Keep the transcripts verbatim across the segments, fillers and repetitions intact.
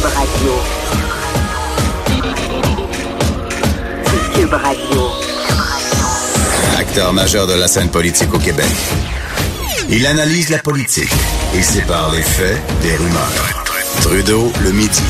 Cube Radio. Cube Radio. Acteur majeur de la scène politique au Québec. Il analyse la politique et sépare les faits des rumeurs. Trudeau le midi.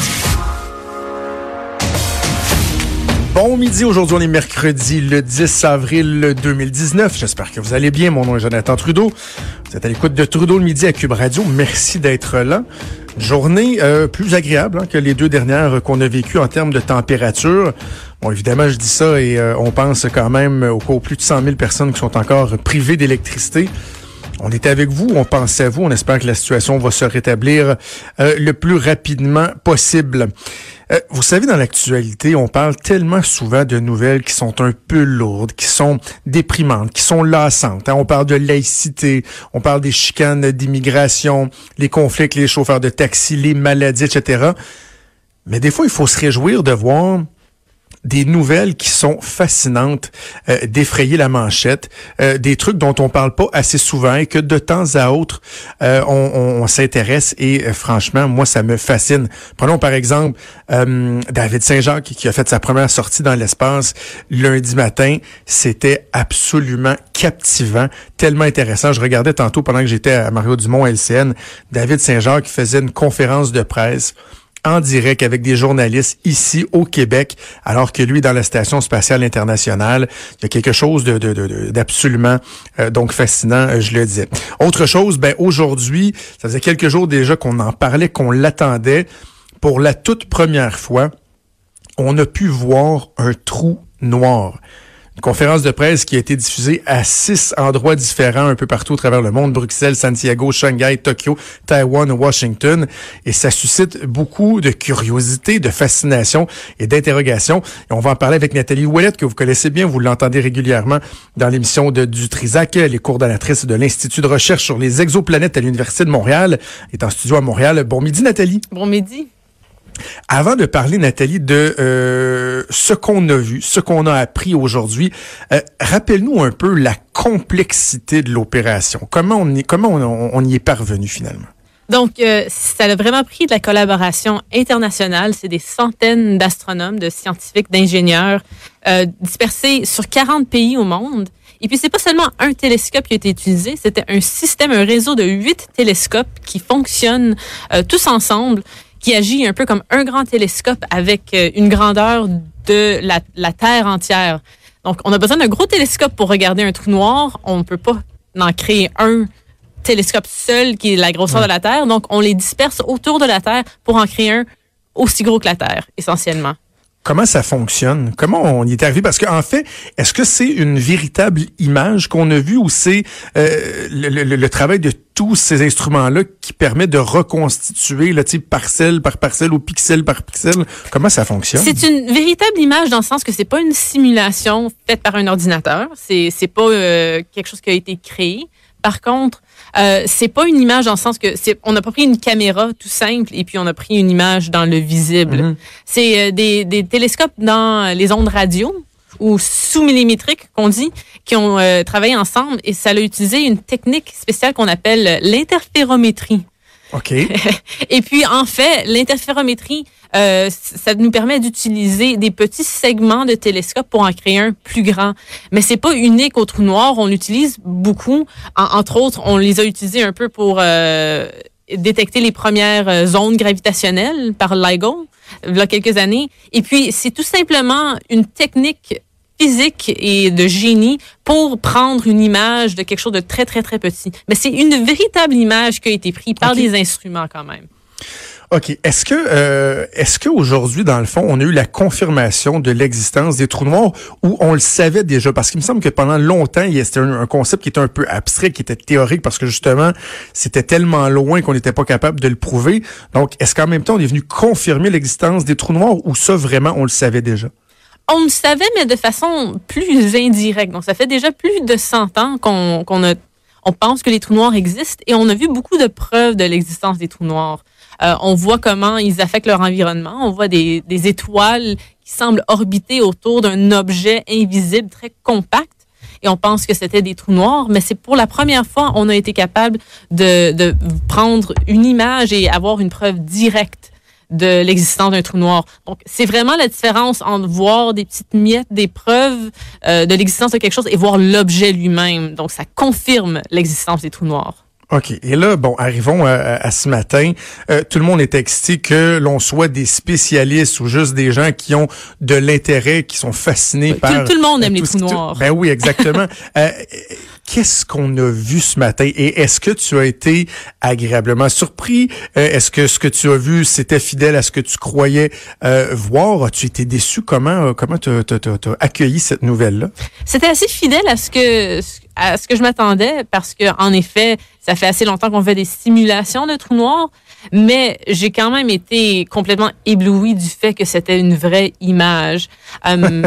Bon midi, aujourd'hui on est mercredi le dix avril deux mille dix-neuf. J'espère que vous allez bien. Mon nom est Jonathan Trudeau. Vous êtes à l'écoute de Trudeau le midi à Cube Radio. Merci d'être là. Journée euh, plus agréable hein, que les deux dernières qu'on a vécues en termes de température. Bon, évidemment, je dis ça et euh, on pense quand même aux plus de cent mille personnes qui sont encore privées d'électricité. On était avec vous, on pensait à vous, on espère que la situation va se rétablir euh, le plus rapidement possible. Euh, vous savez, dans l'actualité, on parle tellement souvent de nouvelles qui sont un peu lourdes, qui sont déprimantes, qui sont lassantes. Hein? On parle de laïcité, on parle des chicanes d'immigration, les conflits avec les chauffeurs de taxi, les maladies, et cetera. Mais des fois, il faut se réjouir de voir des nouvelles qui sont fascinantes, euh, d'effrayer la manchette, euh, des trucs dont on parle pas assez souvent et que de temps à autre, euh, on, on, on s'intéresse et euh, franchement, moi, ça me fascine. Prenons par exemple euh, David Saint-Jacques qui a fait sa première sortie dans l'espace lundi matin. C'était absolument captivant, tellement intéressant. Je regardais tantôt pendant que j'étais à Mario Dumont à L C N, David Saint-Jacques faisait une conférence de presse en direct avec des journalistes ici au Québec, alors que lui, dans la Station spatiale internationale, il y a quelque chose de, de, de d'absolument euh, donc fascinant, euh, je le disais. Autre chose, ben aujourd'hui, ça faisait quelques jours déjà qu'on en parlait, qu'on l'attendait. Pour la toute première fois, on a pu voir un trou noir. Une conférence de presse qui a été diffusée à six endroits différents un peu partout à travers le monde. Bruxelles, Santiago, Shanghai, Tokyo, Taïwan, Washington. Et ça suscite beaucoup de curiosité, de fascination et d'interrogation. Et on va en parler avec Nathalie Ouellette, que vous connaissez bien. Vous l'entendez régulièrement dans l'émission de du Trisac. Elle est coordonnatrice de l'Institut de recherche sur les exoplanètes à l'Université de Montréal. Elle est en studio à Montréal. Bon midi, Nathalie. Bon midi. Avant de parler, Nathalie, de euh, ce qu'on a vu, ce qu'on a appris aujourd'hui, euh, rappelle-nous un peu la complexité de l'opération. Comment on y, comment on, on y est parvenu finalement? Donc, euh, ça a vraiment pris de la collaboration internationale. C'est des centaines d'astronomes, de scientifiques, d'ingénieurs euh, dispersés sur quarante pays au monde. Et puis, c'est pas seulement un télescope qui a été utilisé, c'était un système, un réseau de huit télescopes qui fonctionnent euh, tous ensemble, qui agit un peu comme un grand télescope avec une grandeur de la, la Terre entière. Donc, on a besoin d'un gros télescope pour regarder un trou noir. On ne peut pas en créer un télescope seul qui est la grosseur de la Terre. Donc, on les disperse autour de la Terre pour en créer un aussi gros que la Terre, essentiellement. Comment ça fonctionne? Comment on y est arrivé? Parce qu'en fait, est-ce que c'est une véritable image qu'on a vue ou c'est euh, le, le, le travail de tous ces instruments-là qui permet de reconstituer le type parcelle par parcelle ou pixel par pixel? Comment ça fonctionne? C'est une véritable image dans le sens que c'est pas une simulation faite par un ordinateur. C'est, c'est pas euh, quelque chose qui a été créé. Par contre, euh, c'est pas une image dans le sens que c'est, on n'a pas pris une caméra tout simple et puis on a pris une image dans le visible. Mm-hmm. C'est euh, des, des télescopes dans les ondes radio ou sous-millimétriques qu'on dit, qui ont euh, travaillé ensemble et ça a utilisé une technique spéciale qu'on appelle l'interférométrie. OK. Et puis, en fait, l'interférométrie, euh, ça nous permet d'utiliser des petits segments de télescope pour en créer un plus grand. Mais c'est pas unique au trou noir. On l'utilise beaucoup. En, entre autres, on les a utilisés un peu pour euh, détecter les premières ondes gravitationnelles par LIGO, il y a quelques années. Et puis, c'est tout simplement une technique physique et de génie pour prendre une image de quelque chose de très, très, très petit. Mais c'est une véritable image qui a été prise par okay. des instruments quand même. OK. Est-ce que euh, est-ce qu'aujourd'hui, dans le fond, on a eu la confirmation de l'existence des trous noirs ou on le savait déjà? Parce qu'il me semble que pendant longtemps, c'était un, un concept qui était un peu abstrait, qui était théorique, parce que justement, c'était tellement loin qu'on n'était pas capable de le prouver. Donc, est-ce qu'en même temps, on est venu confirmer l'existence des trous noirs ou ça, vraiment, on le savait déjà? On le savait, mais de façon plus indirecte. Donc, ça fait déjà plus de cent ans qu'on, qu'on a, on pense que les trous noirs existent et on a vu beaucoup de preuves de l'existence des trous noirs. Euh, on voit comment ils affectent leur environnement. On voit des, des étoiles qui semblent orbiter autour d'un objet invisible très compact. Et on pense que c'était des trous noirs, mais c'est pour la première fois on a été capable de, de prendre une image et avoir une preuve directe de l'existence d'un trou noir. Donc, c'est vraiment la différence entre voir des petites miettes, des preuves euh, de l'existence de quelque chose et voir l'objet lui-même. Donc, ça confirme l'existence des trous noirs. OK. Et là, bon, arrivons à, à ce matin. Euh, tout le monde est excité que l'on soit des spécialistes ou juste des gens qui ont de l'intérêt, qui sont fascinés Tout, par... tout le monde aime euh, les tout, trous tout, noirs. Ben oui, exactement. euh, Qu'est-ce qu'on a vu ce matin et est-ce que tu as été agréablement surpris? Euh, est-ce que ce que tu as vu, c'était fidèle à ce que tu croyais euh, voir? As-tu été déçu? Comment comment tu as accueilli cette nouvelle-là? C'était assez fidèle à ce que à ce que je m'attendais parce que en effet, ça fait assez longtemps qu'on fait des simulations de trous noirs, mais j'ai quand même été complètement éblouie du fait que c'était une vraie image. Um,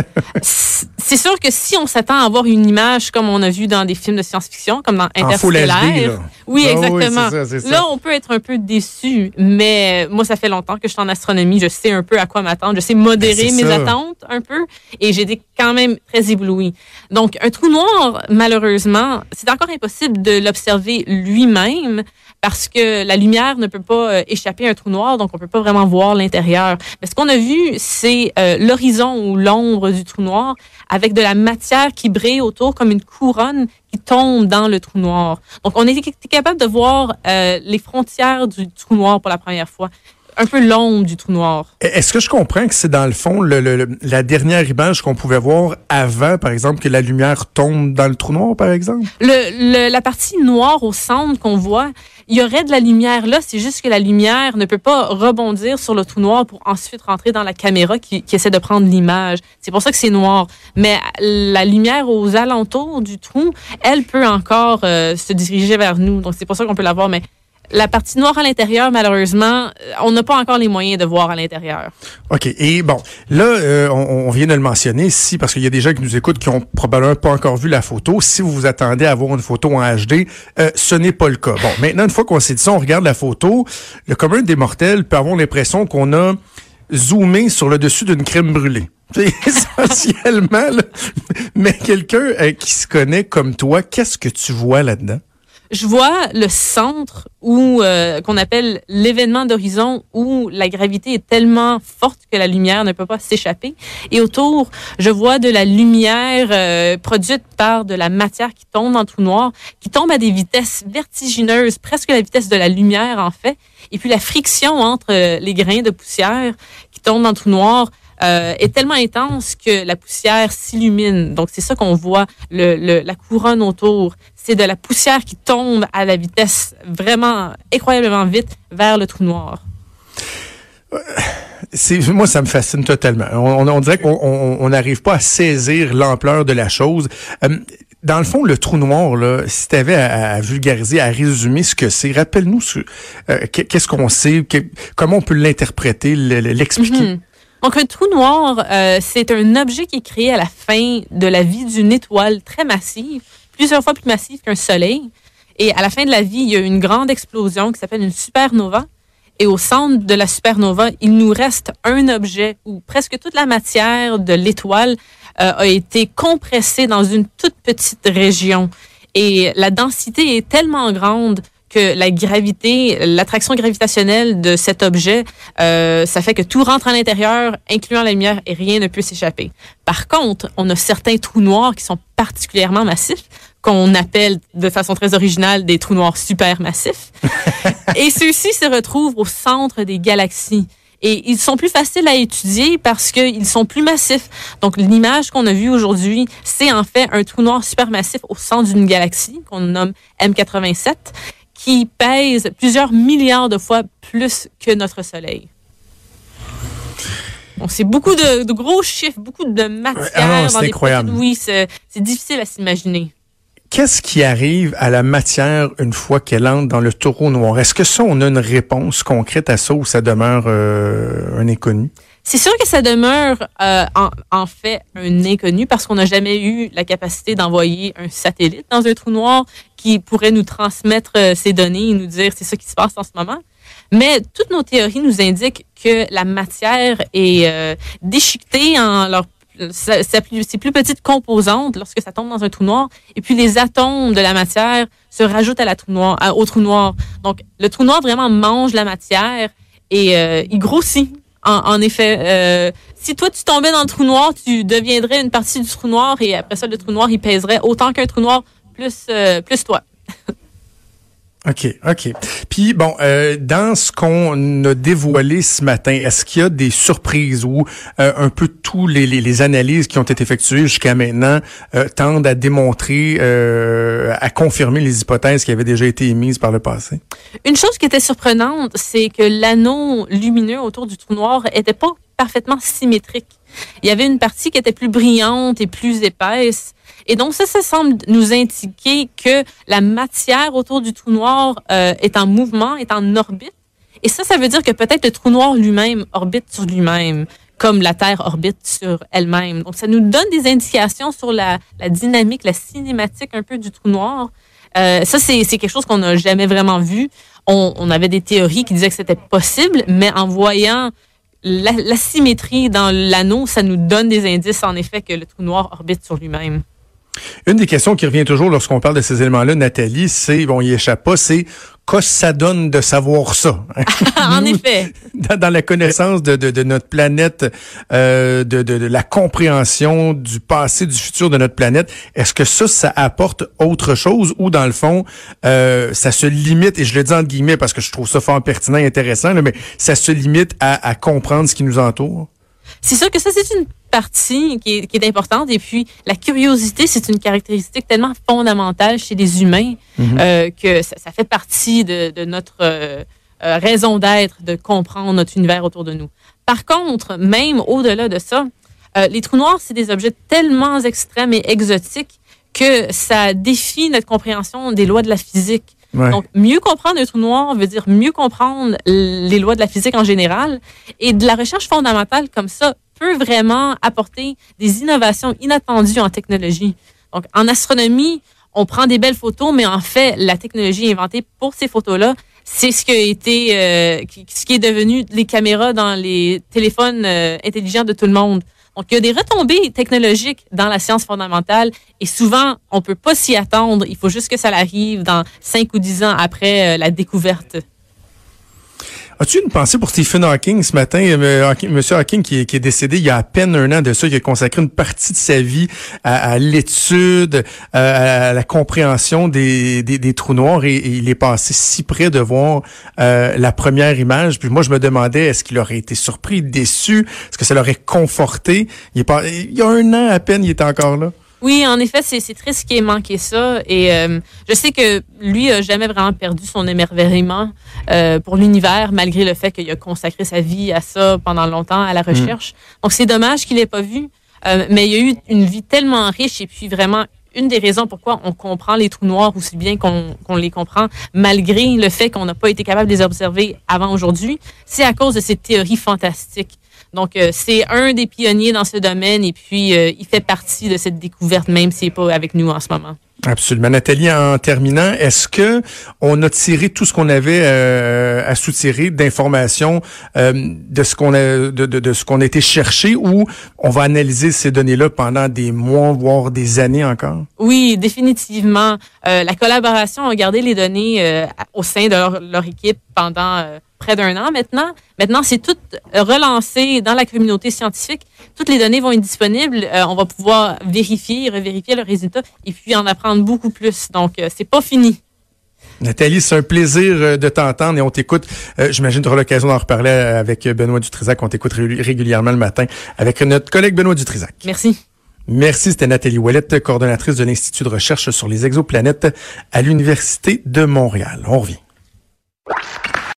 c'est sûr que si on s'attend à avoir une image comme on a vu dans des films de science-fiction, comme dans Interstellar, oui, oh, exactement. Oui, c'est ça, c'est ça. Là, on peut être un peu déçu, mais moi, ça fait longtemps que je suis en astronomie, je sais un peu à quoi m'attendre, je sais modérer mes ça. attentes un peu, et j'ai été quand même très éblouie. Donc, un trou noir, malheureusement, c'est encore impossible de l'observer lui-même parce que la lumière ne peut pas euh, échapper à un trou noir, donc on peut pas vraiment voir l'intérieur. Mais ce qu'on a vu, c'est euh, l'horizon ou l'ombre du trou noir avec de la matière qui brille autour comme une couronne qui tombe dans le trou noir. Donc, on était capable de voir euh, les frontières du trou noir pour la première fois. Un peu l'ombre du trou noir. Est-ce que je comprends que c'est dans le fond le, le, la dernière image qu'on pouvait voir avant, par exemple, que la lumière tombe dans le trou noir, par exemple? Le, le, la partie noire au centre qu'on voit, il y aurait de la lumière là, c'est juste que la lumière ne peut pas rebondir sur le trou noir pour ensuite rentrer dans la caméra qui, qui essaie de prendre l'image. C'est pour ça que c'est noir. Mais la lumière aux alentours du trou, elle peut encore euh, se diriger vers nous. Donc c'est pour ça qu'on peut la voir, mais la partie noire à l'intérieur, malheureusement, on n'a pas encore les moyens de voir à l'intérieur. OK. Et bon, là, euh, on, on vient de le mentionner ici, parce qu'il y a des gens qui nous écoutent qui ont probablement pas encore vu la photo. Si vous vous attendez à avoir une photo en H D, euh, ce n'est pas le cas. Bon, maintenant, une fois qu'on s'est dit ça, on regarde la photo. Le commun des mortels peut avoir l'impression qu'on a zoomé sur le dessus d'une crème brûlée. C'est essentiellement, là. Mais quelqu'un euh, qui se connaît comme toi, qu'est-ce que tu vois là-dedans? Je vois le centre où euh, qu'on appelle l'événement d'horizon où la gravité est tellement forte que la lumière ne peut pas s'échapper. Et autour, je vois de la lumière euh, produite par de la matière qui tombe dans le trou noir, qui tombe à des vitesses vertigineuses, presque la vitesse de la lumière en fait. Et puis la friction entre euh, les grains de poussière qui tombent dans le trou noir Euh, est tellement intense que la poussière s'illumine. Donc, c'est ça qu'on voit, le, le, la couronne autour. C'est de la poussière qui tombe à la vitesse vraiment incroyablement vite vers le trou noir. C'est, moi, ça me fascine totalement. On, on dirait qu'on n'arrive pas à saisir l'ampleur de la chose. Euh, dans le fond, le trou noir, là, si tu avais à, à vulgariser, à résumer ce que c'est, rappelle-nous ce, euh, qu'est-ce qu'on sait, que, comment on peut l'interpréter, l'expliquer. Mm-hmm. Donc, un trou noir, euh, c'est un objet qui est créé à la fin de la vie d'une étoile très massive, plusieurs fois plus massive qu'un soleil. Et à la fin de la vie, il y a une grande explosion qui s'appelle une supernova. Et au centre de la supernova, il nous reste un objet où presque toute la matière de l'étoile euh, a été compressée dans une toute petite région. Et la densité est tellement grande que la gravité, l'attraction gravitationnelle de cet objet, euh, ça fait que tout rentre à l'intérieur, incluant la lumière, et rien ne peut s'échapper. Par contre, on a certains trous noirs qui sont particulièrement massifs, qu'on appelle de façon très originale des trous noirs supermassifs. Et ceux-ci se retrouvent au centre des galaxies. Et ils sont plus faciles à étudier parce qu'ils sont plus massifs. Donc, l'image qu'on a vue aujourd'hui, c'est en fait un trou noir supermassif au centre d'une galaxie qu'on nomme M quatre-vingt-sept, qui pèse plusieurs milliards de fois plus que notre Soleil. Donc, c'est beaucoup de, de gros chiffres, beaucoup de matière. Ah non, dans c'est des incroyable. Petites, oui, c'est, c'est difficile à s'imaginer. Qu'est-ce qui arrive à la matière une fois qu'elle entre dans le trou noir? Est-ce que ça, on a une réponse concrète à ça ou ça demeure euh, un inconnu? C'est sûr que ça demeure euh, en, en fait un inconnu parce qu'on n'a jamais eu la capacité d'envoyer un satellite dans un trou noir qui pourrait nous transmettre euh, ces données et nous dire c'est ça qui se passe en ce moment. Mais toutes nos théories nous indiquent que la matière est euh, déchiquetée en leur ses plus, ses plus petites composantes lorsque ça tombe dans un trou noir. Et puis, les atomes de la matière se rajoutent à la trou noir, à, au trou noir. Donc, le trou noir vraiment mange la matière et euh, il grossit. En, en effet, euh, si toi tu tombais dans le trou noir, tu deviendrais une partie du trou noir et après ça, le trou noir, il pèserait autant qu'un trou noir plus, euh, plus toi. OK, OK. Puis, bon, euh, dans ce qu'on a dévoilé ce matin, est-ce qu'il y a des surprises ou euh, un peu tous les, les, les analyses qui ont été effectuées jusqu'à maintenant euh, tendent à démontrer, euh, à confirmer les hypothèses qui avaient déjà été émises par le passé? Une chose qui était surprenante, c'est que l'anneau lumineux autour du trou noir était pas parfaitement symétrique. Il y avait une partie qui était plus brillante et plus épaisse. Et donc, ça, ça semble nous indiquer que la matière autour du trou noir euh, est en mouvement, est en orbite. Et ça, ça veut dire que peut-être le trou noir lui-même orbite sur lui-même, comme la Terre orbite sur elle-même. Donc, ça nous donne des indications sur la, la dynamique, la cinématique un peu du trou noir. Euh, ça, c'est, c'est quelque chose qu'on n'a jamais vraiment vu. On, on avait des théories qui disaient que c'était possible, mais en voyant la, la symétrie dans l'anneau, ça nous donne des indices, en effet, que le trou noir orbite sur lui-même. Une des questions qui revient toujours lorsqu'on parle de ces éléments-là, Nathalie, c'est, bon, il échappe pas, c'est qu'est-ce que ça donne de savoir ça? En Nous, effet. Dans, dans la connaissance de, de, de notre planète, euh, de, de, de la compréhension du passé, du futur de notre planète, est-ce que ça, ça apporte autre chose ou, dans le fond, euh, ça se limite, et je le dis entre guillemets parce que je trouve ça fort pertinent et intéressant, là, mais ça se limite à, à comprendre ce qui nous entoure? C'est sûr que ça, c'est une partie qui est, qui est importante. Et puis, la curiosité, c'est une caractéristique tellement fondamentale chez les humains mm-hmm. euh, que ça, ça fait partie de, de notre euh, euh, raison d'être, de comprendre notre univers autour de nous. Par contre, même au-delà de ça, euh, les trous noirs, c'est des objets tellement extrêmes et exotiques que ça défie notre compréhension des lois de la physique. Ouais. Donc, mieux comprendre un trou noir veut dire mieux comprendre les lois de la physique en général. Et de la recherche fondamentale comme ça peut vraiment apporter des innovations inattendues en technologie. Donc, en astronomie, on prend des belles photos, mais en fait, la technologie inventée pour ces photos-là, c'est ce qui a été, euh, ce qui est devenu les caméras dans les téléphones euh, intelligents de tout le monde. Donc, il y a des retombées technologiques dans la science fondamentale et souvent, on ne peut pas s'y attendre. Il faut juste que ça arrive dans cinq ou dix ans après euh, la découverte. As-tu une pensée pour Stephen Hawking ce matin? Monsieur Hawking qui est, qui est décédé il y a à peine un an de ça, qui a consacré une partie de sa vie à, à l'étude, à, à la compréhension des, des, des trous noirs et, et il est passé si près de voir euh, la première image. Puis moi, je me demandais, est-ce qu'il aurait été surpris, déçu? Est-ce que ça l'aurait conforté? Il, est pas, il y a un an à peine, il était encore là. Oui, en effet, c'est, c'est triste qu'il ait manqué ça. Et euh, je sais que lui a jamais vraiment perdu son émerveillement euh, pour l'univers, malgré le fait qu'il a consacré sa vie à ça pendant longtemps, à la recherche. Mmh. Donc, c'est dommage qu'il l'ait pas vu. Euh, mais il a eu une vie tellement riche et puis vraiment une des raisons pourquoi on comprend les trous noirs aussi bien qu'on, qu'on les comprend, malgré le fait qu'on n'a pas été capable de les observer avant aujourd'hui, c'est à cause de ces théories fantastiques. Donc, euh, c'est un des pionniers dans ce domaine et puis euh, il fait partie de cette découverte, même s'il n'est pas avec nous en ce moment. Absolument. Nathalie, en terminant, est-ce que on a tiré tout ce qu'on avait euh, à soutirer d'informations euh, de ce qu'on a de, de, de ce qu'on a été chercher ou on va analyser ces données-là pendant des mois, voire des années encore? Oui, définitivement. Euh, la collaboration a gardé les données euh, au sein de leur, leur équipe pendant euh, près d'un an maintenant. Maintenant, c'est tout relancé dans la communauté scientifique. Toutes les données vont être disponibles. Euh, on va pouvoir vérifier, revérifier le résultat et puis en apprendre beaucoup plus. Donc, euh, c'est pas fini. Nathalie, c'est un plaisir de t'entendre et on t'écoute. Euh, j'imagine que tu auras l'occasion d'en reparler avec Benoît Dutrisac. On t'écoute régulièrement le matin avec notre collègue Benoît Dutrisac. Merci. Merci, c'était Nathalie Ouellette, coordonnatrice de l'Institut de recherche sur les exoplanètes à l'Université de Montréal. On revient.